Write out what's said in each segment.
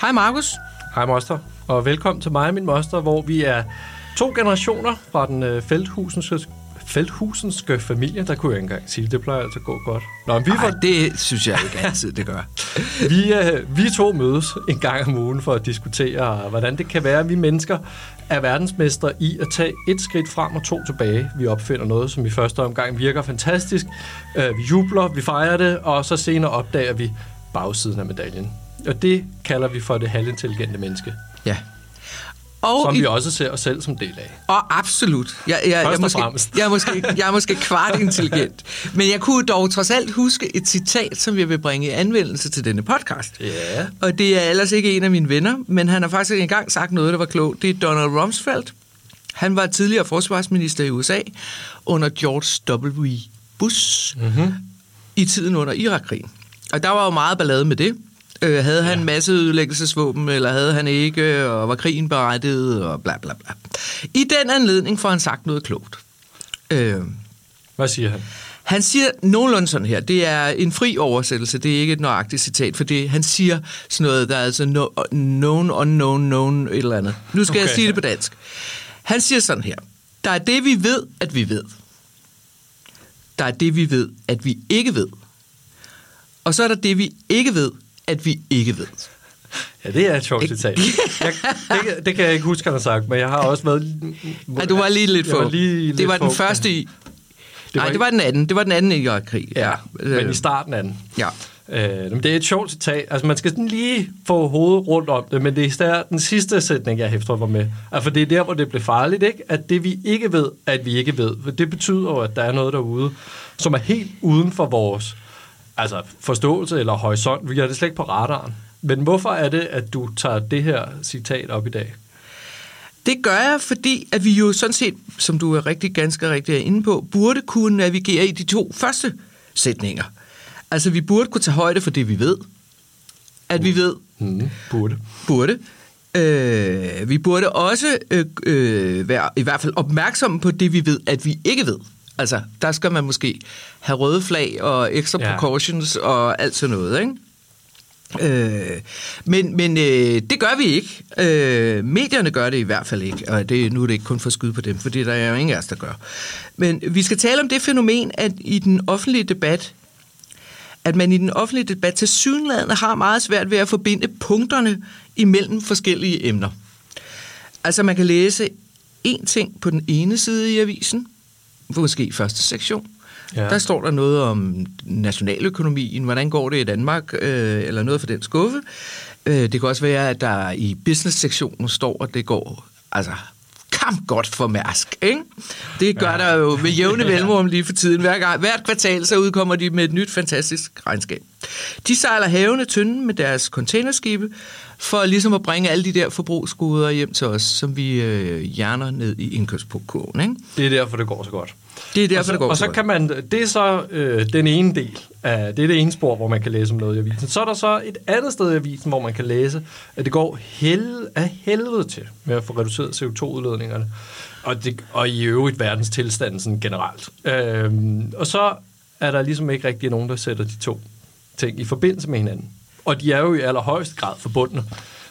Hej Markus. Hej moster, og velkommen til mig og min moster, hvor vi er 2 generationer fra den feldhusenske familie. Der kunne jeg ikke engang sige, det plejer altså at gå godt. Nå, men det synes jeg ikke altid, det gør. Vi 2 mødes en gang om ugen for at diskutere, hvordan det kan være, at vi mennesker er verdensmestre i at tage 1 skridt frem og 2 tilbage. Vi opfinder noget, som i første omgang virker fantastisk. Vi jubler, vi fejrer det, og så senere opdager vi bagsiden af medaljen. Og det kalder vi for det halvintelligente menneske. Ja. Og som vi også ser os selv som del af. Og absolut. Jeg er måske kvart intelligent. Men jeg kunne dog trods alt huske et citat, som jeg vil bringe i anvendelse til denne podcast. Ja. Og det er ellers ikke en af mine venner, men han har faktisk engang sagt noget, der var klogt. Det er Donald Rumsfeld. Han var tidligere forsvarsminister i USA under George W. Bush i tiden under Irakkrigen. Og der var jo meget ballade med det. Havde han masse ødelæggelsesvåben, eller havde han ikke, og var krigen berettiget, og bla bla bla. I den anledning får han sagt noget klogt. Hvad siger han? Han siger nogenlunde sådan her. Det er en fri oversættelse, det er ikke et nøjagtigt citat, for det, han siger sådan noget, der er altså known, unknown, known, et eller andet. Nu skal jeg sige det på dansk. Han siger sådan her. Der er det, vi ved, at vi ved. Der er det, vi ved, at vi ikke ved. Og så er der det, vi ikke ved, at vi ikke ved. Ja, det er et sjovt citat. Det kan jeg ikke huske, han har sagt, men jeg har også været... Ja, du var lige lidt få. Det var den første i... Nej, det var den anden. Det var den anden i Irakkrig. Ja, men i starten af den. Ja. Men det er et sjovt citat. Altså, man skal sådan lige få hovedet rundt om det, men det er især den sidste sætning, jeg hæfter var med. Altså, for det er der, hvor det bliver farligt, ikke? At det, vi ikke ved, at vi ikke ved. For det betyder jo, at der er noget derude, som er helt uden for vores forståelse eller horisont. Vi har det slet ikke på radaren. Men hvorfor er det, at du tager det her citat op i dag? Det gør jeg, fordi at vi jo sådan set, som du er ganske rigtig inde på, burde kunne navigere i de 2 første sætninger. Altså, vi burde kunne tage højde for det, vi ved. At vi ved. Burde. Vi burde også være i hvert fald opmærksomme på det, vi ved, at vi ikke ved. Altså, der skal man måske have røde flag og ekstra precautions og alt sådan noget, ikke? Men det gør vi ikke. Medierne gør det i hvert fald ikke, og nu er det ikke kun for at skyde på dem, fordi der er jo ingen af os, der gør. Men vi skal tale om det fænomen, at i den offentlige debat, at man i den offentlige debat tilsyneladende har meget svært ved at forbinde punkterne imellem forskellige emner. Altså, man kan læse én ting på den ene side i avisen, måske i første sektion. Ja. Der står der noget om nationaløkonomien, hvordan går det i Danmark, eller noget for den skuffe. Det kan også være, at der i business-sektionen står, at det går godt for Mærsk, ikke? Det gør der jo med jævne mellemrum lige for tiden. Hvert kvartal så udkommer de med et nyt fantastisk regnskab. De sejler havene tynde med deres containerskibe, for ligesom at bringe alle de der forbrugsgoder hjem til os, som vi hjerner ned i indkøbskurven, ikke? Det er derfor, det går så godt. Det er derfor, det går så godt. Kan man, det er så den ene del af, det er det ene spor, hvor man kan læse om noget i avisen. Så er der så et andet sted i avisen, hvor man kan læse, at det går af helvede til med at få reduceret CO2-udledningerne, og i øvrigt verdens tilstand sådan generelt. Og så er der ligesom ikke rigtig nogen, der sætter de 2 ting i forbindelse med hinanden. Og de er jo i allerhøjeste grad forbundne.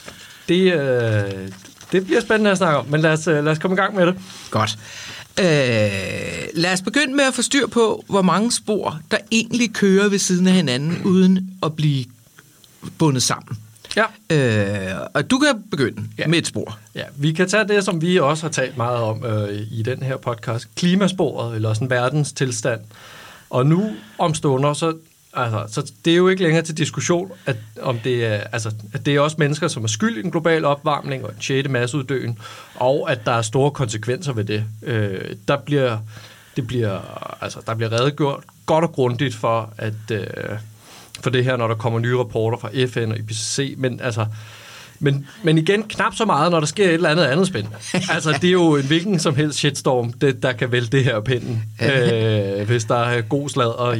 Det bliver spændende at snakke om, men lad os komme i gang med det. Godt. Lad os begynde med at få styr på, hvor mange spor, der egentlig kører ved siden af hinanden, uden at blive bundet sammen. Ja. Og du kan begynde med et spor. Ja, vi kan tage det, som vi også har talt meget om i den her podcast. Klimasporet, eller sådan verdens tilstand. Og nu om stunder, så det er jo ikke længere til diskussion, at det er også mennesker, som er skyld i den globale opvarmning og en 6. masseuddøen, og at der er store konsekvenser ved det. Der bliver redegjort godt og grundigt for det her, når der kommer nye rapporter fra FN og IPCC, men igen, knap så meget, når der sker et eller andet spændende. Det er jo en hvilken som helst shitstorm, der kan vælte det her pinden, hvis der er god sladder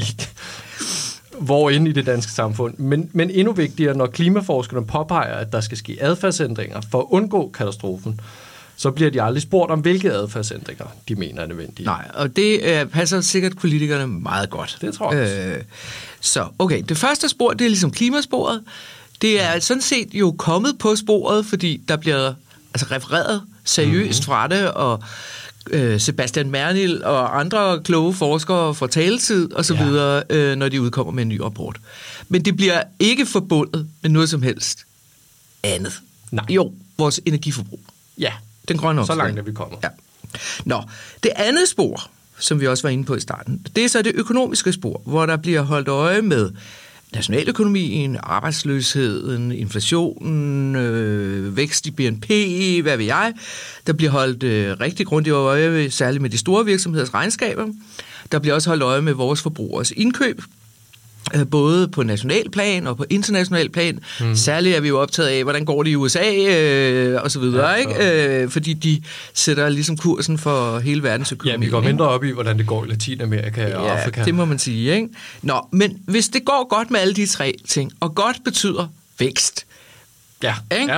inde i det danske samfund. Men endnu vigtigere, når klimaforskerne påpeger, at der skal ske adfærdsændringer for at undgå katastrofen, så bliver de aldrig spurgt om, hvilke adfærdsændringer de mener er nødvendige. Nej, og det passer sikkert politikerne meget godt. Det tror jeg også. Så, okay, det første spor, det er ligesom klimasporet. Det er sådan set jo kommet på sporet, fordi der bliver refereret seriøst fra det, og Sebastian Mernild og andre kloge forskere får taletid og så videre, når de udkommer med en ny rapport. Men det bliver ikke forbundet med noget som helst andet. Nej. Jo, vores energiforbrug. Ja, den grønne omstilling. Så langt er vi kommet. Ja. Nå, det andet spor, som vi også var inde på i starten, det er så det økonomiske spor, hvor der bliver holdt øje med nationaløkonomien, arbejdsløsheden, inflationen, vækst i BNP, hvad ved jeg. Der bliver holdt rigtig grundigt øje, særligt med de store virksomheders regnskaber. Der bliver også holdt øje med vores forbrugers indkøb, både på national plan og på international plan. Særligt er vi jo optaget af, hvordan går det i USA og så videre, ikke? Fordi de sætter ligesom kursen for hele verdens økonomi. Ja, vi går mindre op i, hvordan det går i Latinamerika og Afrika. Ja, det må man sige, ikke? Nå, men hvis det går godt med alle de tre ting, og godt betyder vækst. Ja,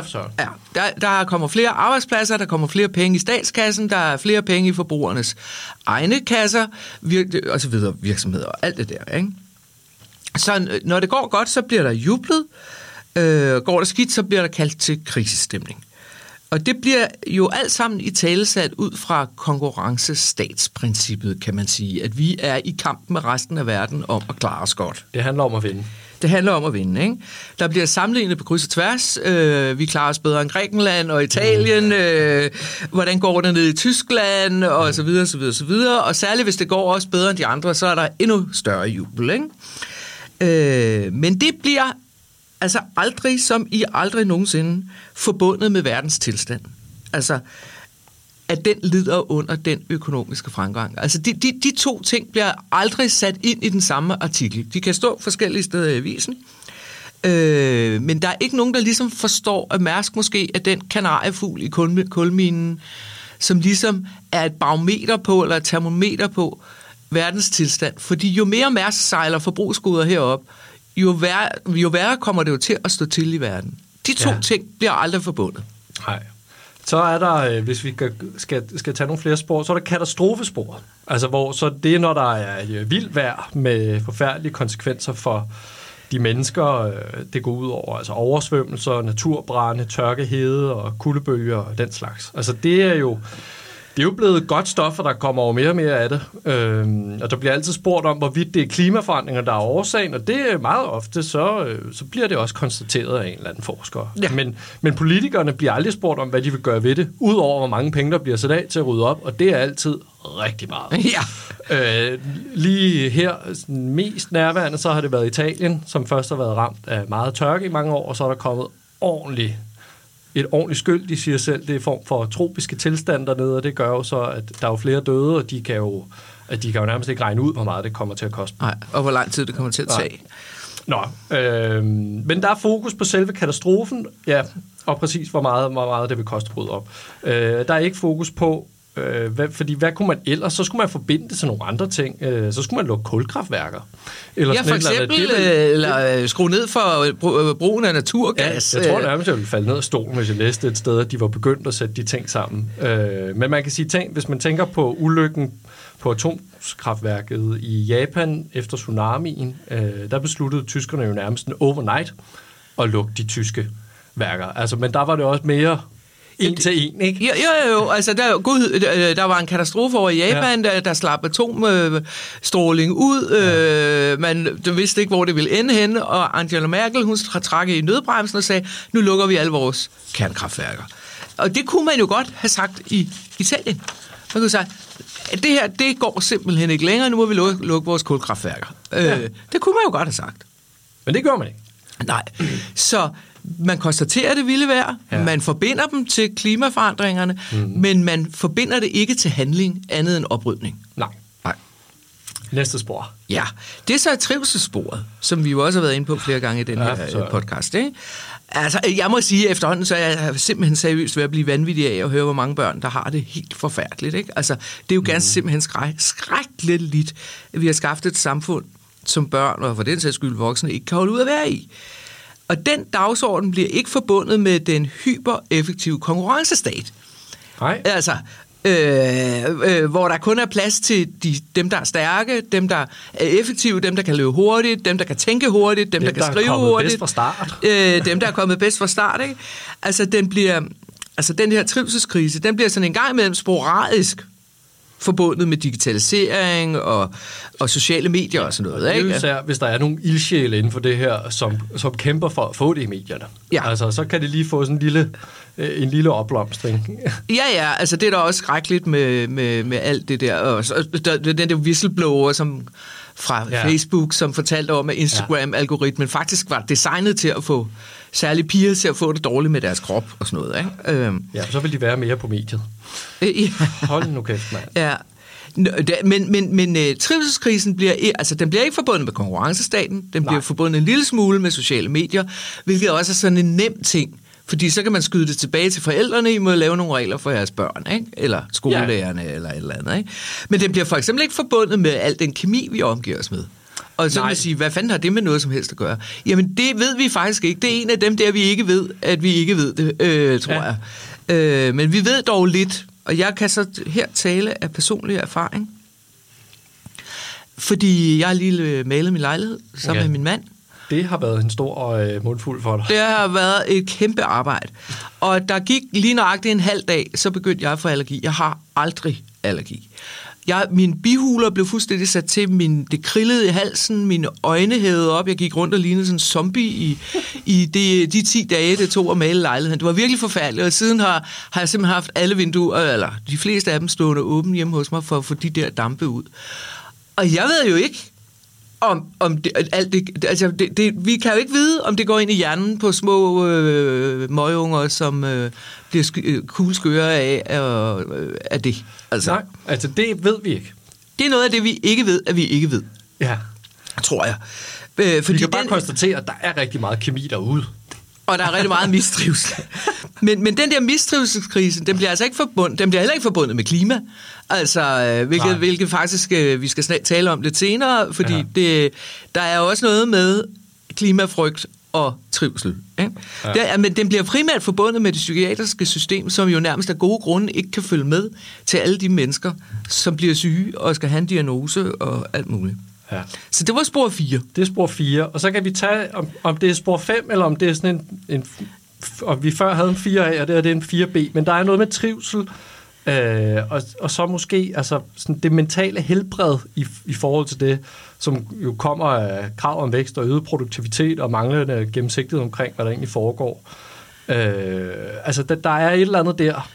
der kommer flere arbejdspladser, der kommer flere penge i statskassen, der er flere penge i forbrugernes egne kasser, og så videre, virksomheder og alt det der, ikke? Så når det går godt, så bliver der jublet. Går det skidt, så bliver der kaldt til krisestemning. Og det bliver jo alt sammen italesat ud fra konkurrencestatsprincippet, kan man sige. At vi er i kamp med resten af verden om at klare os godt. Det handler om at vinde. Det handler om at vinde, ikke? Der bliver sammenlignet på kryds og tværs. Vi klarer os bedre end Grækenland og Italien. Hvordan går det ned i Tyskland? Og så videre, så videre, så videre. Og særligt hvis det går også bedre end de andre, så er der endnu større jubel, ikke? Men det bliver altså aldrig, som i aldrig nogensinde, forbundet med verdens tilstand. Altså, at den lider under den økonomiske fremgang. Altså, de to ting bliver aldrig sat ind i den samme artikel. De kan stå forskellige steder i avisen, men der er ikke nogen, der ligesom forstår, at Mærsk måske er den kanariefugl i kulminen, som ligesom er et barometer på, eller et termometer på, verdens tilstand. Fordi jo mere Mærsk sejler forbrugsgoder herop, jo værre kommer det jo til at stå til i verden. De to ting bliver aldrig forbundet. Nej. Så er der, hvis vi skal tage nogle flere spor, så er der katastrofespor. Altså, hvor så det er, når der er vildt vejr med forfærdelige konsekvenser for de mennesker, det går ud over. Altså oversvømmelser, naturbrande, tørke, hede og kuldebølger og den slags. Altså, det er jo blevet godt stof, og der kommer over mere og mere af det. Og der bliver altid spurgt om, hvorvidt det er klimaforandringer, der er årsagen, og det er meget ofte, så bliver det også konstateret af en eller anden forsker. Ja. Men politikerne bliver aldrig spurgt om, hvad de vil gøre ved det, udover hvor mange penge, der bliver sat af til at rydde op, og det er altid rigtig meget. Ja. Lige her, mest nærværende, så har det været Italien, som først har været ramt af meget tørke i mange år, og så er der kommet et ordentligt skyld, de siger selv, det er form for tropiske tilstand dernede, og det gør jo så, at der er jo flere døde, og de kan jo nærmest ikke regne ud, hvor meget det kommer til at koste. Nej, og hvor lang tid det kommer til at tage. Men der er fokus på selve katastrofen, ja, og præcis hvor meget det vil koste at bryde op. Der er ikke fokus på, fordi hvad kunne man ellers? Så skulle man forbinde det til nogle andre ting. Så skulle man lukke kulkraftværker. Eller for eksempel, eller skrue ned for brugen af naturgas. Ja, jeg tror nærmest, jeg ville falde ned af stolen, hvis jeg læste et sted, at de var begyndt at sætte de ting sammen. Men man kan sige, hvis man tænker på ulykken på atomkraftværket i Japan efter tsunamien, der besluttede tyskerne jo nærmest overnight at lukke de tyske værker. Men der var det også mere en til en, ikke? Jo. Altså, der var en katastrofe over i Japan, der slap atomstråling ud. Man vidste ikke, hvor det ville ende henne, og Angela Merkel, hun trak i nødbremsen og sagde, nu lukker vi alle vores kernekraftværker. Og det kunne man jo godt have sagt i Italien. Man kunne sige, det her, det går simpelthen ikke længere, nu må vi lukke vores kulkraftværker. Det kunne man jo godt have sagt. Men det gør man ikke. Nej, så man konstaterer det vilde vejr, man forbinder dem til klimaforandringerne, men man forbinder det ikke til handling andet end oprydning. Nej. Næste spor. Ja, det er så trivselssporet, som vi jo også har været inde på flere gange i den her podcast, ikke? Altså, jeg må sige, efterhånden, så er jeg simpelthen seriøst ved at blive vanvittig af at høre, hvor mange børn, der har det helt forfærdeligt, ikke? Altså, det er jo ganske simpelthen skrækkeligt, at vi har skaffet et samfund, som børn, og for den sags skyld voksne, ikke kan holde ud at være i. Og den dagsorden bliver ikke forbundet med den hypereffektive konkurrencestat. Nej. Altså, hvor der kun er plads til dem, der er stærke, dem, der er effektive, dem, der kan løbe hurtigt, dem, der kan tænke hurtigt, dem der kan skrive hurtigt. Dem, der er kommet bedst fra start. Ikke? Altså, den her trivselskrise, den bliver sådan en gang imellem sporadisk forbundet med digitalisering og sociale medier og sådan noget. Ikke? Især, hvis der er nogle ildsjæle inden for det her, som kæmper for at få det i medierne. Ja. Altså, så kan det lige få sådan en lille opblomstring. Ja, altså det er da også skrækkeligt med alt det der. Og den der whistleblower fra Facebook, som fortalte om, at Instagram-algoritmen faktisk var designet til at få særligt piger til at få det dårligt med deres krop og sådan noget. Ikke? Ja, så vil de være mere på mediet. Hold nu kæft, mand. Ja. Men trivselskrisen bliver ikke forbundet med konkurrencestaten, den bliver forbundet en lille smule med sociale medier, hvilket også er sådan en nem ting, fordi så kan man skyde det tilbage til forældrene, I må lave nogle regler for jeres børn, ikke? Eller skolelærerne eller et eller andet. Ikke? Men den bliver for eksempel ikke forbundet med al den kemi, vi omgiver os med. Og så vil man sige, hvad fanden har det med noget som helst at gøre? Jamen, det ved vi faktisk ikke. Det er en af dem der, vi ikke ved, at vi ikke ved det, tror jeg. Men vi ved dog lidt, og jeg kan så her tale af personlig erfaring. Fordi jeg har lige malet min lejlighed sammen med min mand. Det har været en stor mundfuld for dig. Det har været et kæmpe arbejde. Og der gik lige nøjagtigt en halv dag, så begyndte jeg at få allergi. Jeg har aldrig allergi. Mine bihuler blev fuldstændig sat til, det krillede i halsen, mine øjne hævede op, jeg gik rundt og lignede sådan en zombie i de 10 dage, det tog at male lejligheden. Det var virkelig forfærdeligt, og siden har jeg simpelthen haft alle vinduer, eller de fleste af dem stående åbne hjemme hos mig, for at få de der dampe ud. Og jeg ved jo ikke, om det, alt det, altså vi kan jo ikke vide, om det går ind i hjernen på små møgunger, som bliver kugleskøre af det. Altså. Nej, altså det ved vi ikke. Det er noget af det, vi ikke ved, at vi ikke ved. Ja. Tror jeg. Fordi vi kan bare konstatere, at der er rigtig meget kemi derude. Og der er rigtig meget mistrivsel. men den der mistrivselskrise, den bliver altså ikke forbundet, den bliver heller ikke forbundet med klima. Altså, hvilket faktisk, vi skal snart tale om lidt senere, fordi der er jo også noget med klimafrygt og trivsel. Ikke? Ja. Men den bliver primært forbundet med det psykiatriske system, som jo nærmest af gode grunde ikke kan følge med til alle de mennesker, som bliver syge og skal have en diagnose og alt muligt. Ja. Så det var spor 4. Det er spor 4, og så kan vi tage, om det er spor 5, eller om det er sådan en og vi før havde en 4A, og det er en 4B, men der er noget med trivsel, og så måske altså sådan det mentale helbred i forhold til det, som jo kommer af krav om vækst og øget produktivitet og manglende gennemsigtighed omkring, hvad der egentlig foregår. Altså der er et eller andet der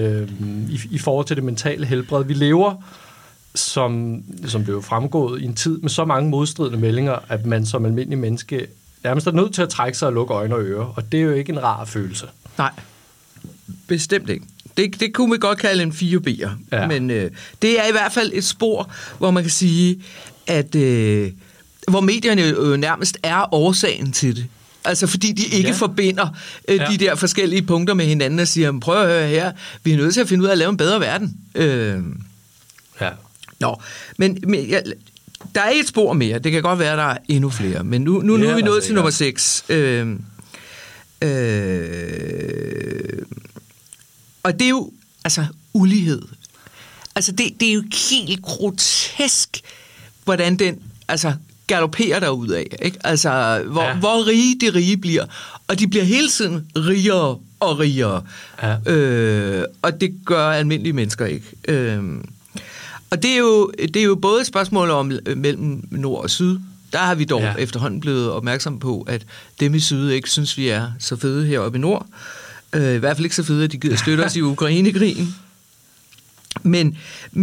i forhold til det mentale helbred. Vi lever, som blev fremgået i en tid med så mange modstridende meldinger, at man som almindelig menneske nærmest er nødt til at trække sig og lukke øjne og ører, og det er jo ikke en rar følelse. Nej, bestemt ikke. Det kunne vi godt kalde en 4B'er, men det er i hvert fald et spor, hvor man kan sige, at hvor medierne jo nærmest er årsagen til det. Altså fordi de ikke forbinder de der forskellige punkter med hinanden og siger, prøv at høre her, vi er nødt til at finde ud af at lave en bedre verden. Nå, men der er et spor mere. Det kan godt være, der er endnu flere. Men nu er vi nået til nummer 6. Og det er jo altså ulighed. Altså det er jo helt grotesk, hvordan den altså galopperer derudad, ikke? Altså hvor rige de rige bliver, og de bliver hele tiden rigere og rigere. Ja. Og det gør almindelige mennesker ikke. Og det er jo både et spørgsmål om mellem nord og syd. Der har vi dog efterhånden blevet opmærksomme på, at dem i syd ikke synes, vi er så fede heroppe i nord. I hvert fald ikke så fede, at de gider støtte os i Ukraine-krigen. Men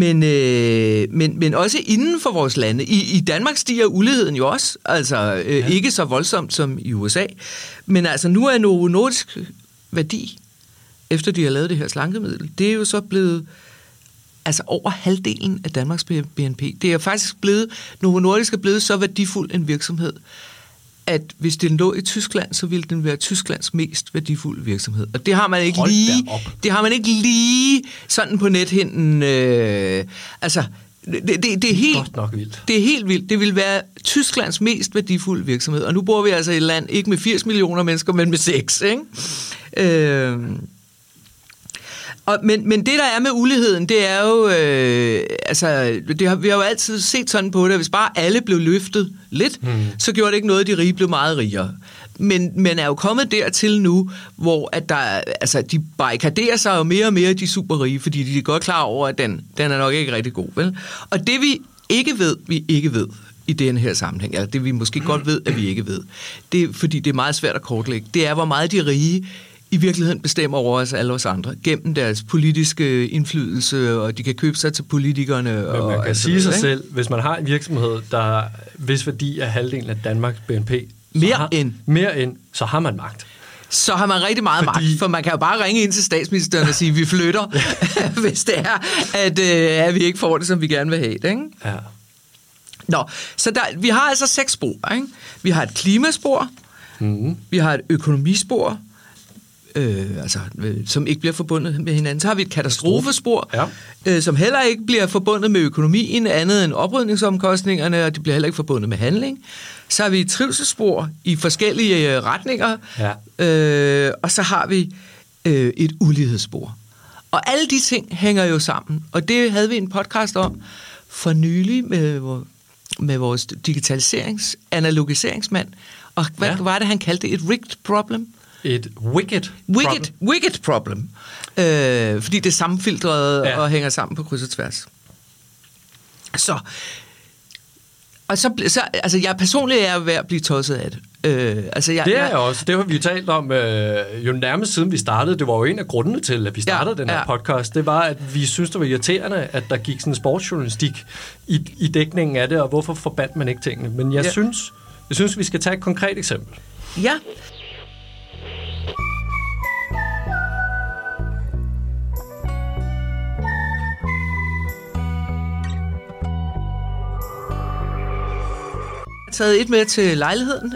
også inden for vores lande. I Danmark stiger uligheden jo også. Altså ikke så voldsomt som i USA. Men altså nu er Novo Nordisk værdi, efter de har lavet det her slankemiddel, det er jo så blevet altså over halvdelen af Danmarks BNP. Det er faktisk blevet, Novo Nordisk er blevet så værdifuld en virksomhed, at hvis den lå i Tyskland, så ville den være Tysklands mest værdifulde virksomhed. Og det har man ikke lige sådan på nethinden. Altså, det er helt godt nok vildt. Det er helt vildt. Det vil være Tysklands mest værdifulde virksomhed. Og nu bor vi altså i et land, ikke med 80 millioner mennesker, men med 6, ikke? Men det, der er med uligheden, det er jo... vi har jo altid set sådan på det, at hvis bare alle blev løftet lidt, så gjorde det ikke noget, at de rige blev meget rigere. Men er jo kommet dertil nu, hvor at de barrikaderer sig jo mere og mere, de superrige, fordi de er godt klar over, at den er nok ikke rigtig god. Vel? Og det vi ikke ved i den her sammenhæng, eller det vi måske godt ved, at vi ikke ved, det er, fordi det er meget svært at kortlægge, det er, hvor meget de rige i virkeligheden bestemmer over os alle os andre, gennem deres politiske indflydelse, og de kan købe sig til politikerne. Men man kan sige sig selv, hvis man har en virksomhed, der hvis værdi er halvdelen af Danmarks BNP, mere end, så har man magt. Så har man rigtig meget magt, for man kan jo bare ringe ind til statsministeren og sige, vi flytter, hvis det er, at vi ikke får det, som vi gerne vil have det, ikke? Ja. Nå, så vi har altså 6 spor, ikke? Vi har et klimaspor, vi har et økonomispor, som ikke bliver forbundet med hinanden. Så har vi et katastrofespor, som heller ikke bliver forbundet med økonomien, andet end oprydningsomkostningerne, og det bliver heller ikke forbundet med handling. Så har vi et trivselsspor i forskellige retninger, og så har vi et ulighedsspor. Og alle de ting hænger jo sammen, og det havde vi en podcast om for nylig med vores analogiseringsmand. Og hvad var det, han kaldte det? Et rigged problem? Et wicked problem. Fordi det er sammenfiltret og hænger sammen på kryds og tværs. Så jeg personligt er ved at blive tosset af det. Det er jeg også. Det har vi jo talt om jo nærmest siden vi startede. Det var jo en af grundene til, at vi startede den her podcast. Det var, at vi synes, det var irriterende, at der gik sådan en sportsjournalistik i dækningen af det, og hvorfor forbandt man ikke tingene. Men jeg synes, vi skal tage et konkret eksempel. Ja. Taget et med til lejligheden,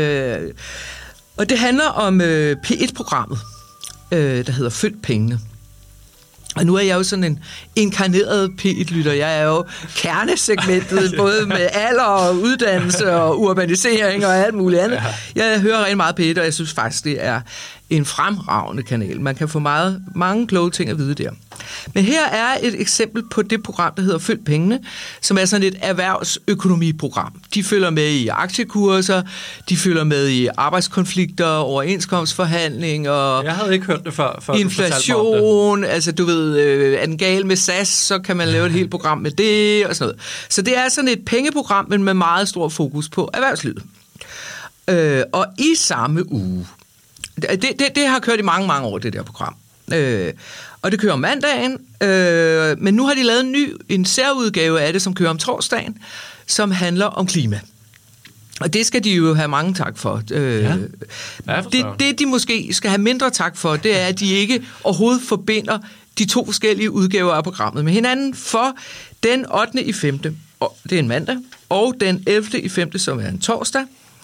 og det handler om P1-programmet, der hedder Følg pengene. Og nu er jeg jo sådan en inkarneret P1-lytter. Jeg er jo kernesegmentet, både med alder og uddannelse og urbanisering og alt muligt andet. Jeg hører rigtig meget P1, og jeg synes faktisk, det er en fremragende kanal. Man kan få mange kloge ting at vide der. Men her er et eksempel på det program, der hedder Følg pengene, som er sådan et erhvervsøkonomiprogram. De følger med i aktiekurser, de følger med i arbejdskonflikter, overenskomstforhandlinger. Jeg havde ikke hørt det før inflation, altså du ved, er den gal med SAS, så kan man lave et helt program med det og sådan noget. Så det er sådan et pengeprogram, men med meget stor fokus på erhvervslivet. Og i samme uge, det har kørt i mange år, det der program. Og det kører om mandagen, men nu har de lavet en særudgave af det, som kører om torsdagen, som handler om klima. Og det skal de jo have mange tak for. Det, de måske skal have mindre tak for, det er, at de ikke overhovedet forbinder de 2 forskellige udgaver af programmet med hinanden, for den 8. i 5., det er en mandag, og den 11. i 5., som er en torsdag,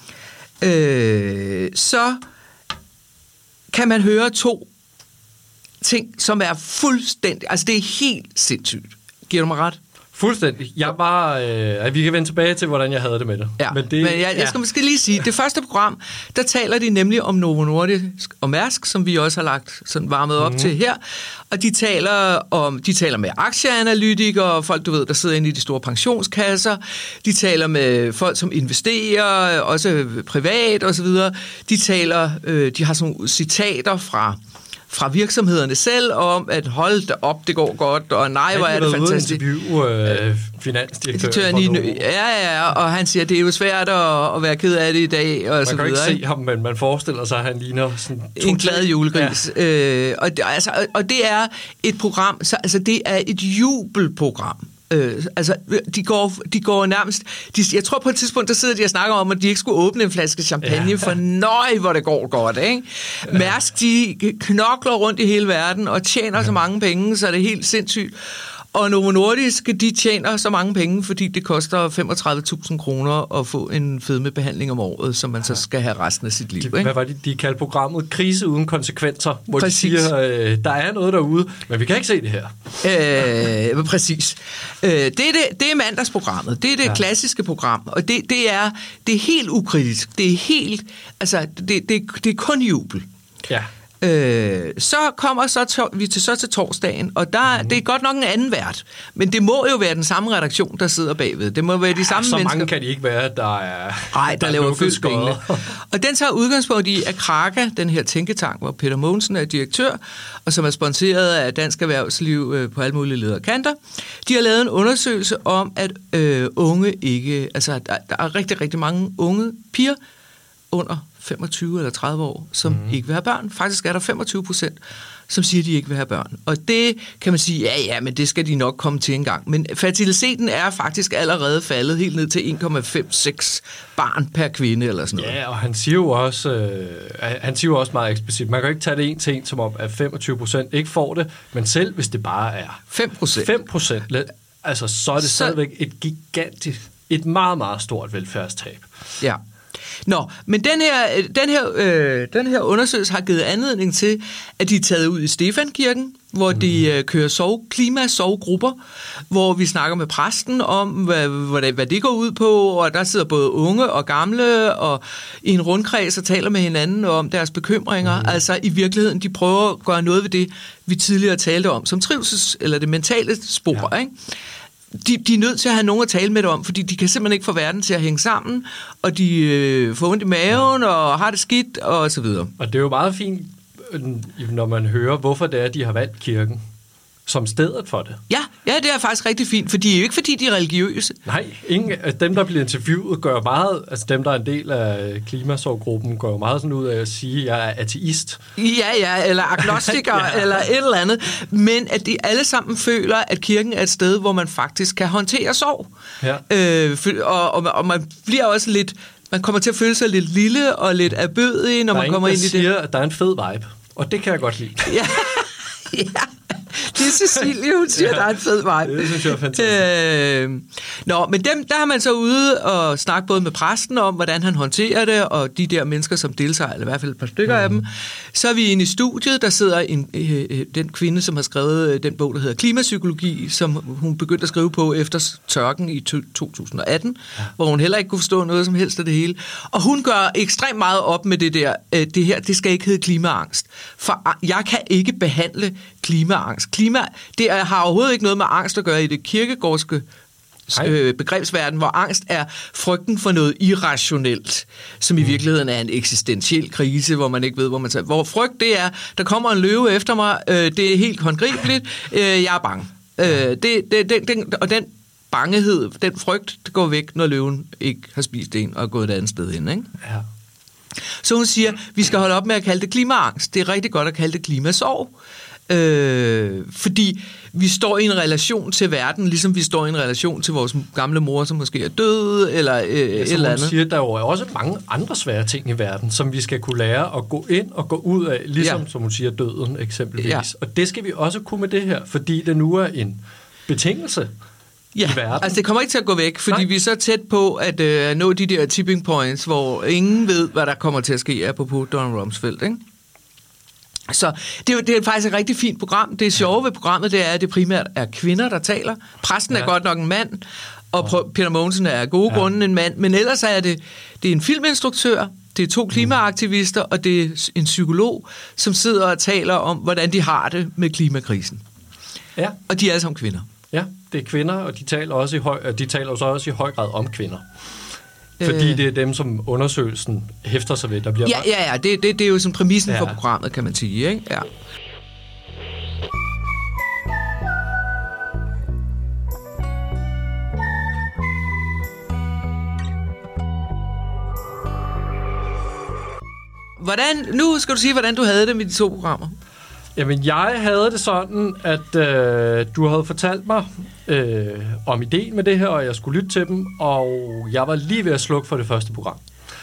så kan man høre 2 ting, som er fuldstændig... Altså, det er helt sindssygt. Giver du mig ret? Fuldstændig. Vi kan vende tilbage til, hvordan jeg havde det med det. Ja, men jeg skal måske lige sige, det første program, der taler de nemlig om Novo Nordisk og Mærsk, som vi også har lagt sådan varmet op til her. Og de taler med aktieanalytikere, folk, du ved, der sidder inde i de store pensionskasser. De taler med folk, som investerer, også privat og så videre. De har sådan citater fra virksomhederne selv om, at hold da op, det går godt, og nej, hvor er det fantastisk. Finansdirektøren. Og han siger, at det er jo svært at være ked af det i dag, og så videre. Man kan ikke se ham, men man forestiller sig, at han ligner sådan en glad julegris. Ja. Og det er et program, det er et jubelprogram. De går nærmest... Jeg tror på et tidspunkt, der sidder de og snakker om, at de ikke skulle åbne en flaske champagne, for nøj, hvor det går godt, ikke? Ja. Mærsk, de knokler rundt i hele verden og tjener så mange penge, så det er helt sindssygt. Og Novo Nordisk, de tjener så mange penge, fordi det koster 35.000 kroner at få en fedmebehandling om året, som man så skal have resten af sit liv. Ikke? Hvad var det, de kaldte programmet? Krise uden konsekvenser, hvor de siger, der er noget derude, men vi kan ikke se det her. Præcis. Det er mandagsprogrammet. Det er det klassiske program, og det er helt ukritisk. Det er helt... Altså, det er kun jubel. Ja. Så kommer vi til torsdagen, og det er godt nok en anden vært, men det må jo være den samme redaktion, der sidder bagved. Det må være de samme så mennesker. Så mange kan de ikke være, der er... Nej, der laver fyldspengene. Og den tager udgangspunkt i, at Kraka, den her tænketank, hvor Peter Mogensen er direktør, og som er sponsoreret af Dansk Erhvervsliv på alle mulige lederkanter, de har lavet en undersøgelse om, at unge ikke... Altså, der er rigtig, rigtig mange unge piger under 25 eller 30 år, som ikke vil have børn. Faktisk er der 25%, som siger, at de ikke vil have børn. Og det kan man sige, ja, men det skal de nok komme til en gang. Men fertiliteten er faktisk allerede faldet helt ned til 1,56 barn per kvinde eller sådan noget. Ja, og han siger jo også meget eksplicit, man kan ikke tage det en ting, som om at 25% ikke får det, men selv hvis det bare er 5%, altså så er det stadigvæk et gigantisk, et meget, meget stort velfærdstab. Ja. Nå, men den her undersøgelse har givet anledning til, at de er taget ud i Stefankirken, hvor de kører klimasovgrupper, hvor vi snakker med præsten om, hvad det går ud på, og der sidder både unge og gamle, og i en rundkreds og taler med hinanden om deres bekymringer. Altså i virkeligheden, de prøver at gøre noget ved det, vi tidligere talte om, som trivsels- eller det mentale spor, ikke? De er nødt til at have nogen at tale med det om, fordi de kan simpelthen ikke få verden til at hænge sammen, og de får ondt i maven og har det skidt og så videre. Og det er jo meget fint, når man hører, hvorfor det er, de har valgt kirken som stedet for det. Ja, det er faktisk rigtig fint, for de er jo ikke, fordi de er religiøse. Nej, ingen af dem, der bliver interviewet, gør meget, altså dem, der er en del af klimasorggruppen, gør meget sådan ud af at sige, at jeg er ateist. Ja, eller agnostiker, eller et eller andet. Men at de alle sammen føler, at kirken er et sted, hvor man faktisk kan håndtere sorg. Ja. Og man bliver også lidt, man kommer til at føle sig lidt lille og lidt ærbødig, når man kommer ind i det. Der er ingen, der siger, at der er en fed vibe, og det kan jeg godt lide. Ja. Det er Cecilie, hun siger, der er en fed vibe. Det synes jeg er fantastisk. Men der har man så ude og snakke både med præsten om, hvordan han håndterer det, og de der mennesker, som deltager, eller i hvert fald et par stykker af dem. Så er vi inde i studiet, der sidder den kvinde, som har skrevet den bog, der hedder Klimapsykologi, som hun begyndte at skrive på efter tørken i 2018, hvor hun heller ikke kunne forstå noget som helst af det hele. Og hun gør ekstremt meget op med det der, det her, det skal ikke hedde klimaangst. For jeg kan ikke behandle klimaangst. Det har overhovedet ikke noget med angst at gøre i det kirkegårdske begrebsverden, hvor angst er frygten for noget irrationelt, som i virkeligheden er en eksistentiel krise, hvor man ikke ved, hvor man tager. Hvor frygt det er, der kommer en løve efter mig, det er helt håndgribeligt, jeg er bange. Og den bangehed, den frygt, det går væk, når løven ikke har spist en og er gået et andet sted hen, ikke? Ja. Så hun siger, vi skal holde op med at kalde det klimaangst. Det er rigtig godt at kalde det klimasorg. Fordi vi står i en relation til verden, ligesom vi står i en relation til vores gamle mor, som måske er død, eller et eller andet. Siger, der er jo også mange andre svære ting i verden, som vi skal kunne lære at gå ind og gå ud af, ligesom som hun siger, døden eksempelvis. Ja. Og det skal vi også kunne med det her, fordi det nu er en betingelse i verden. Altså det kommer ikke til at gå væk, fordi vi er så tæt på at nå de der tipping points, hvor ingen ved, hvad der kommer til at ske, apropos Donald Rumsfeld, ikke? Så det er faktisk et rigtig fint program. Det sjove ved programmet, det er, at det primært er kvinder, der taler. Præsten er godt nok en mand, og Peter Mogensen er af gode grunde en mand, men ellers er det er en filminstruktør, det er 2 klimaaktivister, og det er en psykolog, som sidder og taler om, hvordan de har det med klimakrisen. Ja. Og de er alle sammen kvinder. Ja, det er kvinder, og de taler også i høj grad om kvinder. Fordi det er dem, som undersøgelsen hæfter sig ved, der bliver... Ja, det er jo sådan præmissen for programmet, kan man sige, ikke? Ja. Nu skal du sige, hvordan du havde det med de 2 programmer. Jamen, jeg havde det sådan, at du havde fortalt mig om ideen med det her, og jeg skulle lytte til dem, og jeg var lige ved at slukke for det første program.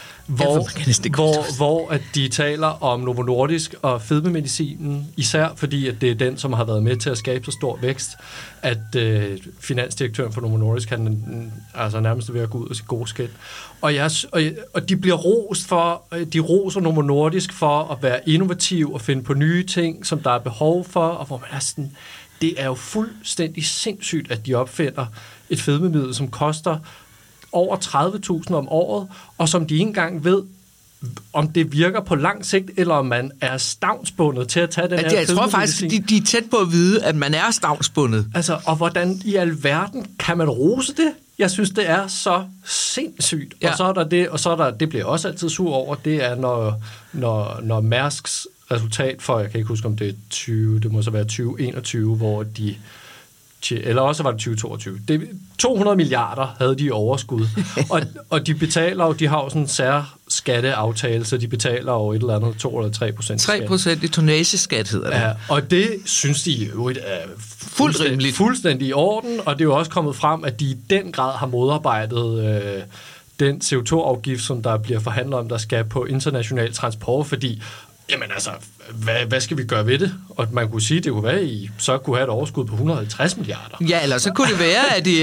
Hvor at de taler om Novo Nordisk og fedmemedicinen, især fordi at det er den, som har været med til at skabe så stor vækst, at finansdirektøren for Novo Nordisk han altså nærmest ved at gå ud og sige god skidt. Og de bliver rost for, de roser Novo Nordisk for at være innovativ og finde på nye ting, som der er behov for, og hvor man er sådan, det er jo fuldstændig sindssygt, at de opfinder et fedmemiddel, som koster over 30.000 om året, og som de ikke engang ved, om det virker på lang sigt, eller om man er stavnsbundet til at tage den her. Jeg tror faktisk, de er tæt på at vide, at man er stavnsbundet. Altså, og hvordan i alverden kan man rose det? Jeg synes, det er så sindssygt. Ja. Og så er der det, og så er der, det bliver jeg også altid sur over, det er, når Mærsks resultat for, jeg kan ikke huske, om det er 20, det må så være 2021, hvor de, eller også var det 2022. 200 milliarder havde de i overskud. og de betaler jo, de har jo sådan en særskatteaftale, så de betaler jo et eller andet 2 eller 3% 3% i tonnageskat hedder det. Ja, og det synes de jo er fuldstændig i orden, og det er jo også kommet frem, at de i den grad har modarbejdet den CO2-afgift, som der bliver forhandlet om, der skal på international transport, fordi jamen altså, hvad skal vi gøre ved det? Og man kunne sige, det kunne være, at I så kunne have et overskud på 150 milliarder. Ja, eller så kunne det være, at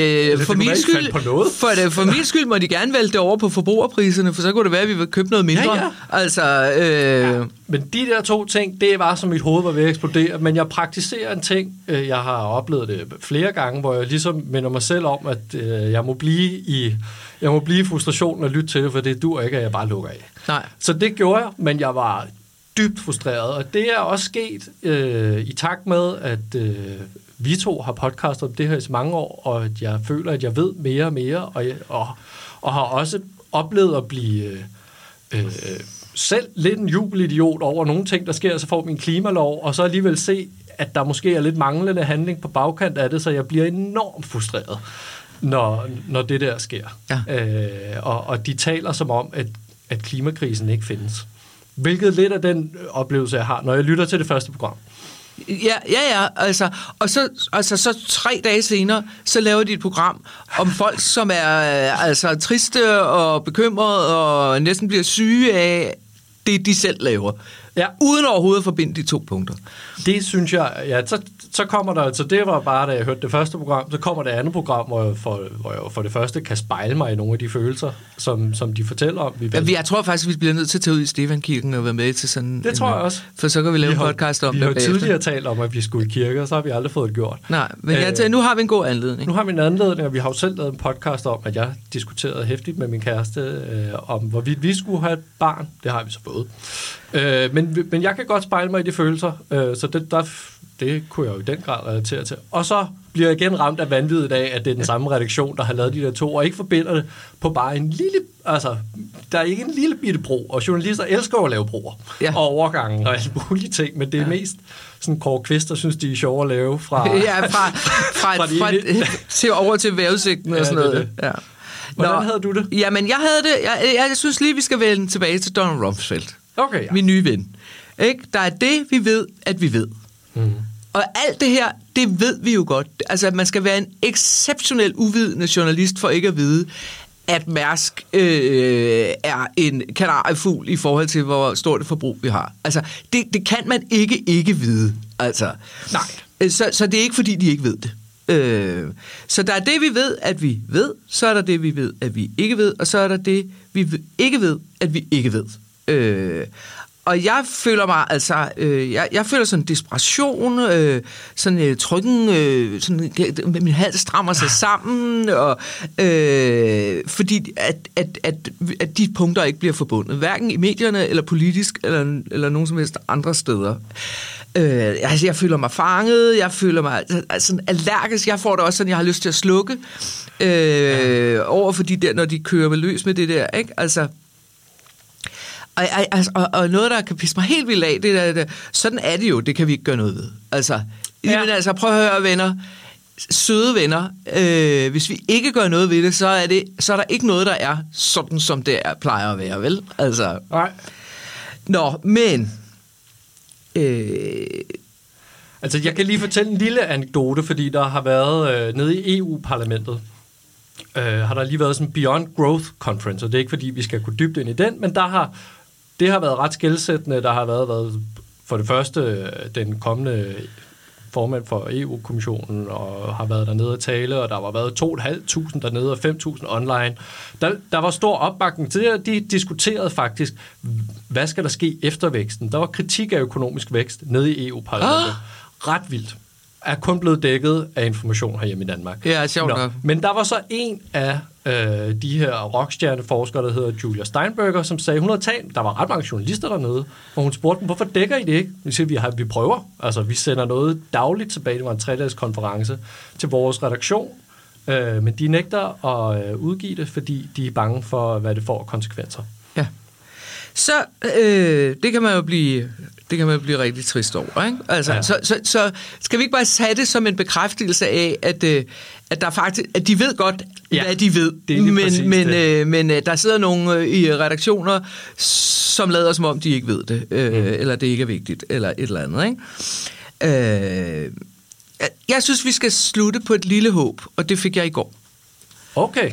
for min skyld må de gerne vælge det over på forbrugerpriserne, for så kunne det være, at vi vil købe noget mindre. Ja. Altså, ja. Men de der to ting, det var, som mit hoved var ved at eksplodere. Men jeg praktiserer en ting, jeg har oplevet det flere gange, hvor jeg ligesom minder mig selv om, at jeg må blive i frustrationen og lytte til det, for det dur ikke, at jeg bare lukker af. Nej. Så det gjorde jeg, men jeg var dybt frustreret, og det er også sket i takt med, at vi to har podcastet om det her i så mange år, og at jeg føler, at jeg ved mere og mere, og har også oplevet at blive selv lidt en jubelidiot over nogle ting, der sker, så får min klimalov, og så alligevel se, at der måske er lidt manglende handling på bagkant af det, så jeg bliver enormt frustreret, når det der sker. Ja. Og de taler som om, at klimakrisen ikke findes. Hvilket lidt af den oplevelse, jeg har, når jeg lytter til det første program. Ja, altså. Og så 3 dage senere, så laver de et program om folk, som er altså triste og bekymrede og næsten bliver syge af det, de selv laver. Ja. Uden overhovedet at forbinde de 2 punkter. Det synes jeg, ja, så kommer der, altså det var bare, da jeg hørte det første program, så kommer det andet program, hvor jeg for det første kan spejle mig i nogle af de følelser, som de fortæller om. Jeg tror faktisk, vi bliver nødt til at tage ud i Stefankirken og være med til sådan det tror jeg også. For så kan vi lave en podcast om det. Vi har tidligere talt om, at vi skulle i kirke, og så har vi aldrig fået det gjort. Nej, men nu har vi en god anledning. Nu har vi en anledning, og vi har jo selv lavet en podcast om, at jeg diskuterede hæftigt med min kæreste, om hvorvidt vi skulle have et barn. Det har vi så fået. Men jeg kan godt spejle mig i de følelser, så det kunne jeg jo i den grad relatere til. Og så bliver jeg igen ramt af vanvittigt af, at det er den samme redaktion, der har lavet de der 2, og ikke forbinder det på bare en lille, altså, der er ikke en lille bitte bro, og journalister elsker at lave broer, og overgangen og alle mulige ting, men det er mest sådan Kåre Kvist, der synes, de er sjove at lave fra til over til vejrudsigten og sådan noget. Det. Ja. Hvordan havde du det? Jamen, jeg havde det, jeg synes lige, vi skal vende tilbage til Donald Rumsfeld. Okay, ja. Min nye ven. Ikke? Der er det, vi ved, at vi ved. Mm. Og alt det her, det ved vi jo godt. Altså, man skal være en exceptionel uvidende journalist for ikke at vide, at Mærsk er en kanariefugl i forhold til, hvor stort et forbrug vi har. Altså, det kan man ikke vide. Altså, nej. Så det er ikke, fordi de ikke ved det. Så der er det, vi ved, at vi ved, så er der det, vi ved, at vi ikke ved, og så er der det, vi ikke ved, at vi ikke ved. Og jeg føler mig altså, jeg føler sådan en desperation, sådan trykken, sådan, min hals strammer sig sammen, og fordi at de punkter ikke bliver forbundet, hverken i medierne eller politisk eller nogen som helst andre steder. Altså, jeg føler mig fanget, jeg føler mig sådan allergisk, jeg får det også sådan, jeg har lyst til at slukke over for de der, når de kører løs med det der, ikke? Altså. Og noget, der kan pisse mig helt vildt af, det sådan er det jo, det kan vi ikke gøre noget ved. Altså, men altså prøv at høre, venner, søde venner, hvis vi ikke gør noget ved det, så er der ikke noget, der er sådan, som det plejer at være, vel? Altså. Nej. Nå, men. Altså, jeg kan lige fortælle en lille anekdote, fordi der har været nede i EU-parlamentet, har der lige været sådan en Beyond Growth Conference, og det er ikke, fordi vi skal gå dybt ind i den, men det har været ret skelsættende. Der har været for det første den kommende formand for EU-kommissionen, og har været dernede at tale, og der var været 2.500 dernede, og 5.000 online. Der var stor opbakning til det, de diskuterede faktisk, hvad skal der ske efter væksten. Der var kritik af økonomisk vækst nede i EU-parlamentet. Ret vildt. er kun blevet dækket af Information herhjemme i Danmark. Ja, sjovt nok. Men der var så en af de her rockstjerneforskere, der hedder Julia Steinberger, som sagde, hun havde talt, der var ret mange journalister dernede, hvor hun spurgte dem, hvorfor dækker I det ikke? Vi siger, vi prøver. Altså, vi sender noget dagligt tilbage. Det var en 3-dages konference til vores redaktion, men de nægter at udgive det, fordi de er bange for, hvad det får af konsekvenser. Ja. Så det kan man jo blive rigtig trist over, ikke? Altså, ja. så skal vi ikke bare tage det som en bekræftelse af, at der faktisk, at de ved godt, hvad de ved, men der sidder nogle i redaktioner, som lader som om de ikke ved det, eller det ikke er vigtigt, eller et eller andet, ikke? Jeg synes, vi skal slutte på et lille håb, og det fik jeg i går. Okay.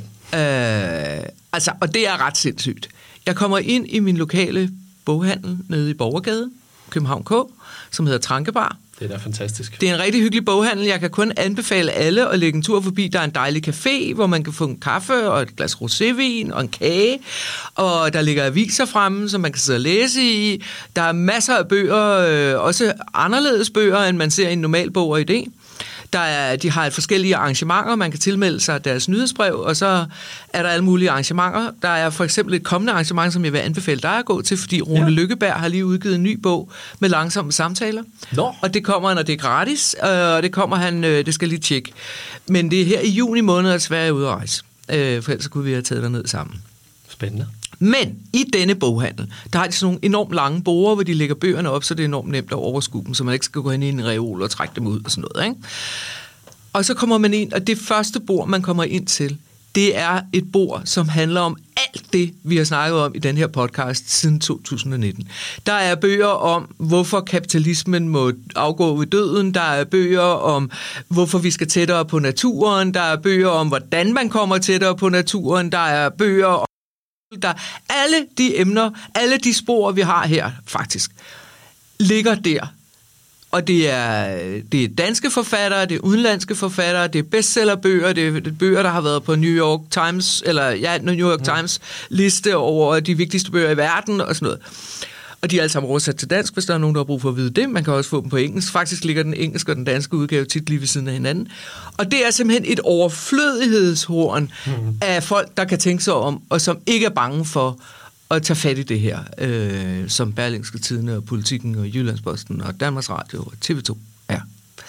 Og det er ret sindssygt. Jeg kommer ind i min lokale boghandel nede i Borgergade, København K, som hedder Trankebar. Det er da fantastisk. Det er en rigtig hyggelig boghandel. Jeg kan kun anbefale alle at lægge en tur forbi. Der er en dejlig café, hvor man kan få en kaffe og et glas rosévin og en kage. Og der ligger aviser fremme, som man kan sidde og læse i. Der er masser af bøger, også anderledes bøger, end man ser i en normal bog og idé. De har et forskellige arrangementer, man kan tilmelde sig deres nyhedsbrev, og så er der alle mulige arrangementer. Der er for eksempel et kommende arrangement, som jeg vil anbefale dig at gå til, fordi Rune Lykkeberg har lige udgivet en ny bog med langsomme samtaler. Og det kommer, når det er gratis, og det kommer han, det skal lige tjekke. Men det er her i juni måned, at Sverige er ude at rejse. For ellers kunne vi have taget derned sammen. Spændende. Men i denne boghandel, der har de sådan nogle enormt lange borde, hvor de lægger bøgerne op, så det er enormt nemt at overskue dem, så man ikke skal gå ind i en reol og trække dem ud og sådan noget, ikke? Og så kommer man ind, og det første bord, man kommer ind til, det er et bord, som handler om alt det, vi har snakket om i den her podcast siden 2019. Der er bøger om, hvorfor kapitalismen må afgå ved døden. Der er bøger om, hvorfor vi skal tættere på naturen. Der er bøger om, hvordan man kommer tættere på naturen. Der er bøger om alle de emner, alle de spor, vi har her, faktisk, ligger der. Og det er danske forfattere, det er udenlandske forfattere, det er bestsellerbøger, det er bøger, der har været på New York Times, Times liste over de vigtigste bøger i verden og sådan noget. Og de er alle sammen oversat til dansk, hvis der er nogen, der har brug for at vide det. Man kan også få dem på engelsk. Faktisk ligger den engelske og den danske udgave tit lige ved siden af hinanden. Og det er simpelthen et overflødighedshorn af folk, der kan tænke sig om, og som ikke er bange for at tage fat i det her, som Berlingske Tidende og Politikken og Jyllandsposten og Danmarks Radio og TV2 er.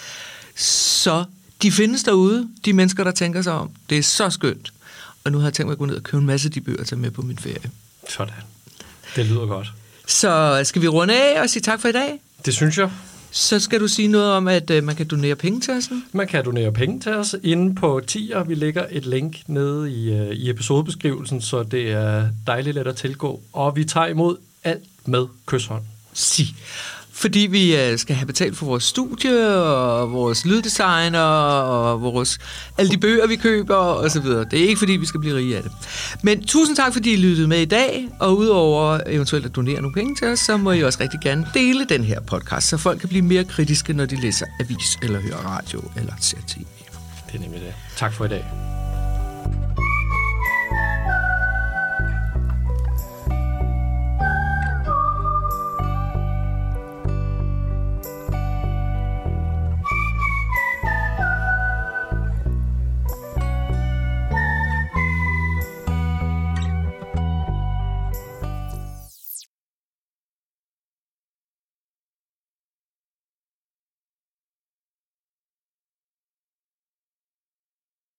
Så de findes derude, de mennesker, der tænker sig om. Det er så skønt. Og nu har jeg tænkt mig at gå ned og købe en masse af de bøger og tage med på min ferie. Sådan. Det lyder godt. Så skal vi runde af og sige tak for i dag? Det synes jeg. Så skal du sige noget om, at man kan donere penge til os? Man kan donere penge til os inde på Tier. Vi lægger et link nede i episodebeskrivelsen, så det er dejligt let at tilgå. Og vi tager imod alt med kyshånd. Fordi vi skal have betalt for vores studie, og vores lyddesigner, og alle de bøger, vi køber, og så videre. Det er ikke, fordi vi skal blive rige af det. Men tusind tak, fordi I lyttede med i dag, og udover eventuelt at donere nogle penge til os, så må I også rigtig gerne dele den her podcast, så folk kan blive mere kritiske, når de læser avis, eller hører radio, eller ser TV. Det er nemlig det. Tak for i dag.